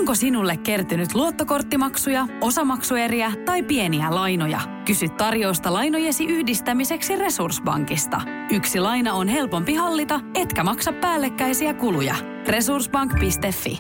Onko sinulle kertynyt luottokorttimaksuja, osamaksueriä tai pieniä lainoja? Kysy tarjousta lainojesi yhdistämiseksi Resurssbankista. Yksi laina on helpompi hallita, etkä maksa päällekkäisiä kuluja. Resurssbank.fi.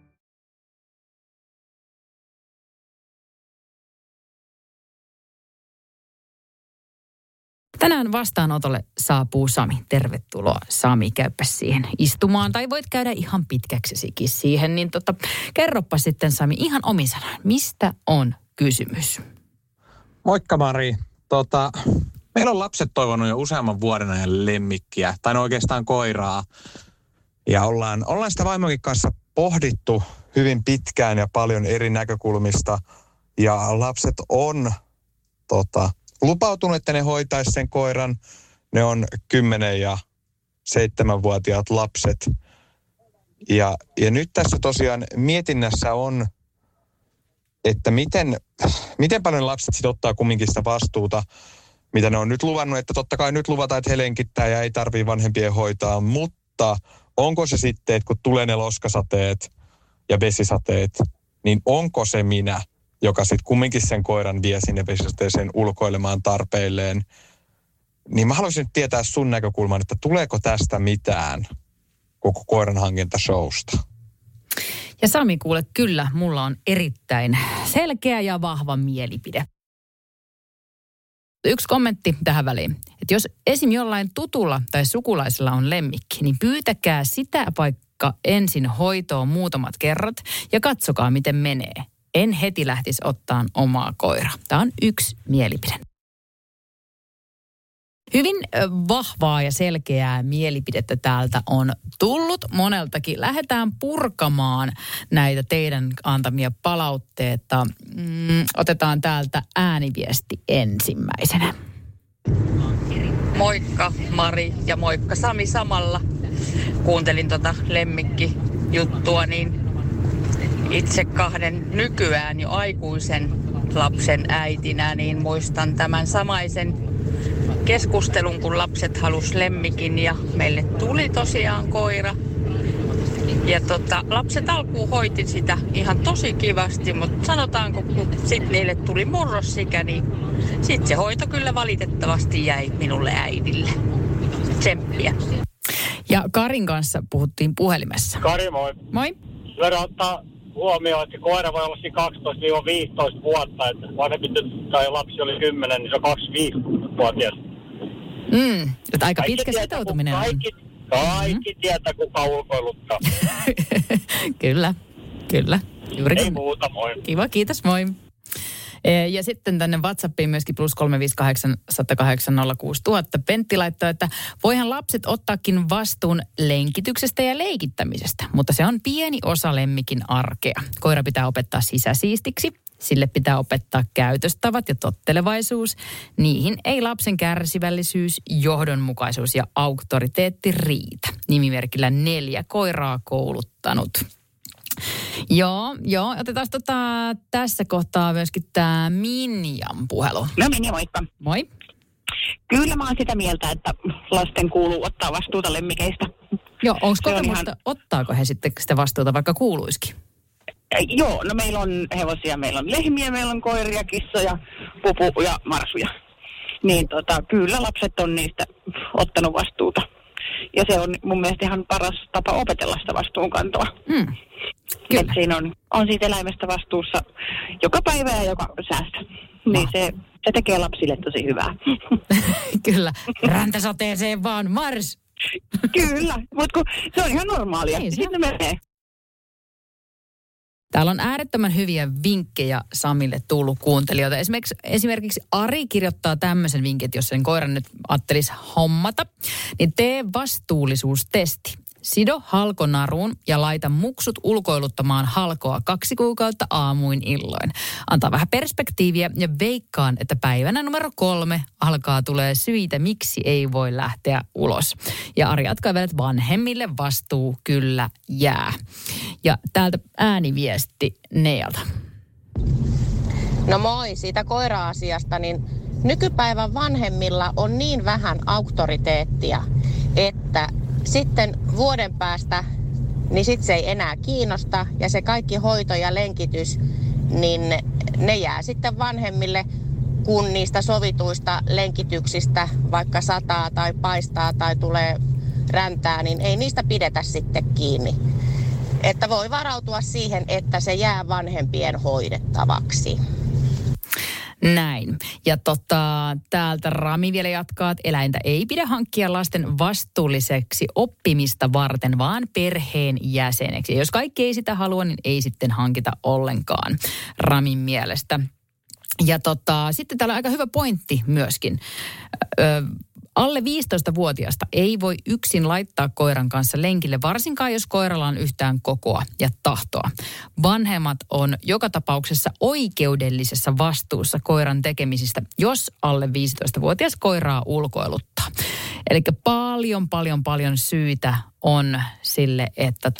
Tänään vastaanotolle saapuu Sami. Tervetuloa Sami, käypä siihen istumaan. Tai voit käydä ihan pitkäksesikin siihen. Niin kerropa sitten Sami ihan omin sanoin, mistä on kysymys? Moikka Mari. Meillä on lapset toivonut jo useamman vuoden ajan lemmikkiä, tai oikeastaan koiraa. Ja ollaan sitä vaimokin kanssa pohdittu hyvin pitkään ja paljon eri näkökulmista. Ja lapset on lupautunut, että ne hoitaisi sen koiran. Ne on 10- ja 7-vuotiaat lapset. Ja nyt tässä tosiaan mietinnässä on, että miten paljon lapset sit ottaa kumminkin sitä vastuuta, mitä ne on nyt luvannut, että totta kai nyt luvataan, että he lenkittää ja ei tarvitse vanhempien hoitaa, mutta onko se sitten, että kun tulee ne loskasateet ja vesisateet, niin onko se minä, joka sitten kumminkin sen koiran vie sinne vesisateeseen ulkoilemaan tarpeilleen, niin mä haluaisin nyt tietää sun näkökulman, että tuleeko tästä mitään koko koiran hankintashowsta? Ja Sami, kuule, kyllä, mulla on erittäin selkeä ja vahva mielipide. Yksi kommentti tähän väliin, että jos esim. Jollain tutulla tai sukulaisella on lemmikki, niin pyytäkää sitä vaikka ensin hoitoon muutamat kerrat ja katsokaa, miten menee. En heti lähtisi ottaan omaa koiraa. Tämä on yksi mielipide. Hyvin vahvaa ja selkeää mielipidettä täältä on tullut moneltakin. Lähdetään purkamaan näitä teidän antamia palautteita. Otetaan täältä ääniviesti ensimmäisenä. Moikka Mari ja moikka Sami samalla. Kuuntelin lemmikkijuttua, niin itse 2 nykyään jo aikuisen lapsen äitinä, niin muistan tämän samaisen keskustelun, kun lapset halusi lemmikin ja meille tuli tosiaan koira. Ja lapset alkuun hoiti sitä ihan tosi kivasti, mutta sanotaanko, kun sitten niille tuli murrosikä, niin sitten se hoito kyllä valitettavasti jäi minulle äidille. Tsemppiä. Ja Karin kanssa puhuttiin puhelimessa. Kari, moi. Moi. Voidaan ottaa huomioon, että koira voi olla 12-15 vuotta, että vanhempi tai lapsi oli 10, niin se on 25-vuotias. Että aika pitkä sitoutuminen on. Kaikki tietää, kuka ulkoiluttaa. Kyllä. Juurikin. Ei muuta, moi. Kiva, kiitos, moi. Ja sitten tänne WhatsAppiin myöskin +358 108 06000. Pentti laittoi, että voihan lapset ottaakin vastuun lenkityksestä ja leikittämisestä, mutta se on pieni osa lemmikin arkea. Koira pitää opettaa sisäsiistiksi. Sille pitää opettaa käytöstavat ja tottelevaisuus. Niihin ei lapsen kärsivällisyys, johdonmukaisuus ja auktoriteetti riitä. Nimimerkillä 4 koiraa kouluttanut. Joo, otetaan tässä kohtaa myöskin tämä Minjan puhelu. No Minja, moikka. Moi. Kyllä mä oon sitä mieltä, että lasten kuuluu ottaa vastuuta lemmikeistä. Joo, onko kokemusta, ottaako he sitten sitä vastuuta, vaikka kuuluisikin? Joo, no meillä on hevosia, meillä on lehmiä, meillä on koiria, kissoja, pupu ja marsuja. Niin kyllä lapset on niistä ottanut vastuuta. Ja se on mun mielestä ihan paras tapa opetella sitä vastuunkantoa. Kyllä. Siinä on siitä eläimestä vastuussa joka päivä ja joka säästä. Niin se tekee lapsille tosi hyvää. Kyllä, räntäsateeseen vaan mars! Kyllä, mutta se on ihan normaalia. Niin, sitten menee. Täällä on äärettömän hyviä vinkkejä Samille tullut kuuntelijoita. Esimerkiksi Ari kirjoittaa tämmöisen vinkin, että jos sen koiran nyt ajattelisi hommata, niin tee vastuullisuustesti. Sido halkonaruun ja laita muksut ulkoiluttamaan halkoa 2 kuukautta aamuin illoin. Antaa vähän perspektiiviä ja veikkaan, että päivänä numero 3 alkaa tulee syitä, miksi ei voi lähteä ulos. Ja Ari jatkaa vielä, että vanhemmille vastuu kyllä jää. Ja täältä ääniviesti Nealta. No moi, siitä koira-asiasta, niin nykypäivän vanhemmilla on niin vähän auktoriteettia, että sitten vuoden päästä niin sit se ei enää kiinnosta ja se kaikki hoito ja lenkitys, niin ne jää sitten vanhemmille, kun niistä sovituista lenkityksistä vaikka sataa tai paistaa tai tulee räntää, niin ei niistä pidetä sitten kiinni. Että voi varautua siihen, että se jää vanhempien hoidettavaksi. Näin. Ja täältä Rami vielä jatkaa, että eläintä ei pidä hankkia lasten vastuulliseksi oppimista varten, vaan perheen jäseneksi. Ja jos kaikki ei sitä halua, niin ei sitten hankita ollenkaan Ramin mielestä. Ja sitten täällä on aika hyvä pointti myöskin. Alle 15-vuotiaasta ei voi yksin laittaa koiran kanssa lenkille, varsinkaan jos koiralla on yhtään kokoa ja tahtoa. Vanhemmat on joka tapauksessa oikeudellisessa vastuussa koiran tekemisistä, jos alle 15-vuotias koiraa ulkoiluttaa. Eli paljon syitä on sille, että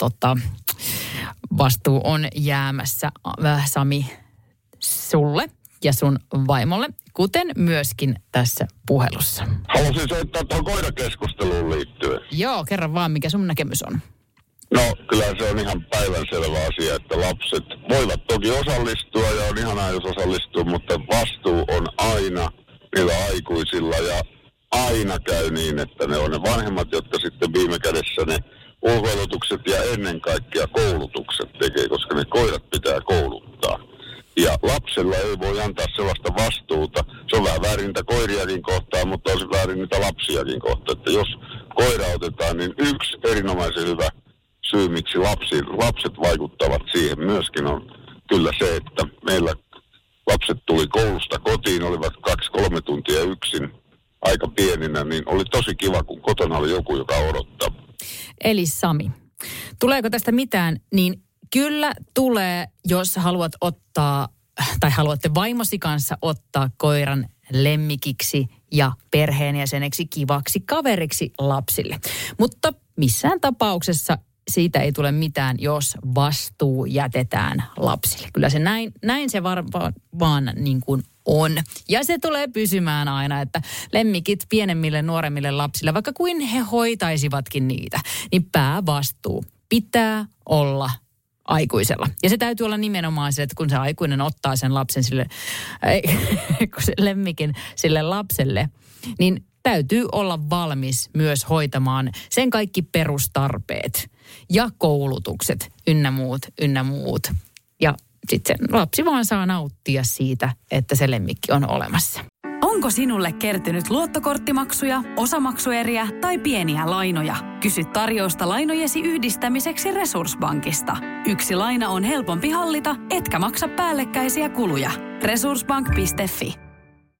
vastuu on jäämässä, Sami, sulle ja sun vaimolle, kuten myöskin tässä puhelussa. Haluaisin soittaa tuohon koirakeskusteluun liittyen. Joo, kerran vaan, mikä sun näkemys on? No, kyllä se on ihan päivänselvä asia, että lapset voivat toki osallistua ja on ihanaa, jos osallistuu, mutta vastuu on aina niillä aikuisilla ja aina käy niin, että ne on ne vanhemmat, jotka sitten viime kädessä ne ulkoilutukset ja ennen kaikkea koulutukset tekee, koska ne koirat pitää kouluttaa. Ja lapsella ei voi antaa sellaista vastuuta. Se on vähän väärin niitä koiriakin kohtaan, mutta on se väärin niitä lapsiakin kohtaan. Että jos koira otetaan, niin yksi erinomaisen hyvä syy, miksi lapset vaikuttavat siihen myöskin on kyllä se, että meillä lapset tuli koulusta kotiin, olivat 2-3 tuntia yksin aika pieninä, niin oli tosi kiva, kun kotona oli joku, joka odottaa. Eli Sami, tuleeko tästä mitään, niin kyllä tulee, jos haluat ottaa, tai haluatte vaimosi kanssa ottaa koiran lemmikiksi ja perheenjäseneksi kivaksi kaveriksi lapsille. Mutta missään tapauksessa siitä ei tule mitään, jos vastuu jätetään lapsille. Kyllä se näin se vaan niin kuin on. Ja se tulee pysymään aina, että lemmikit pienemmille, nuoremmille lapsille, vaikka kuin he hoitaisivatkin niitä, niin päävastuu pitää olla aikuisella. Ja se täytyy olla nimenomaan se, että kun se aikuinen ottaa sen lapsen sen lemmikin sille lapselle, niin täytyy olla valmis myös hoitamaan sen kaikki perustarpeet ja koulutukset ynnä muut. Ja sitten se lapsi vaan saa nauttia siitä, että se lemmikki on olemassa. Onko sinulle kertynyt luottokorttimaksuja, osamaksueriä tai pieniä lainoja? Kysy tarjousta lainojesi yhdistämiseksi Resurssbankista. Yksi laina on helpompi hallita, etkä maksa päällekkäisiä kuluja. Resurssbank.fi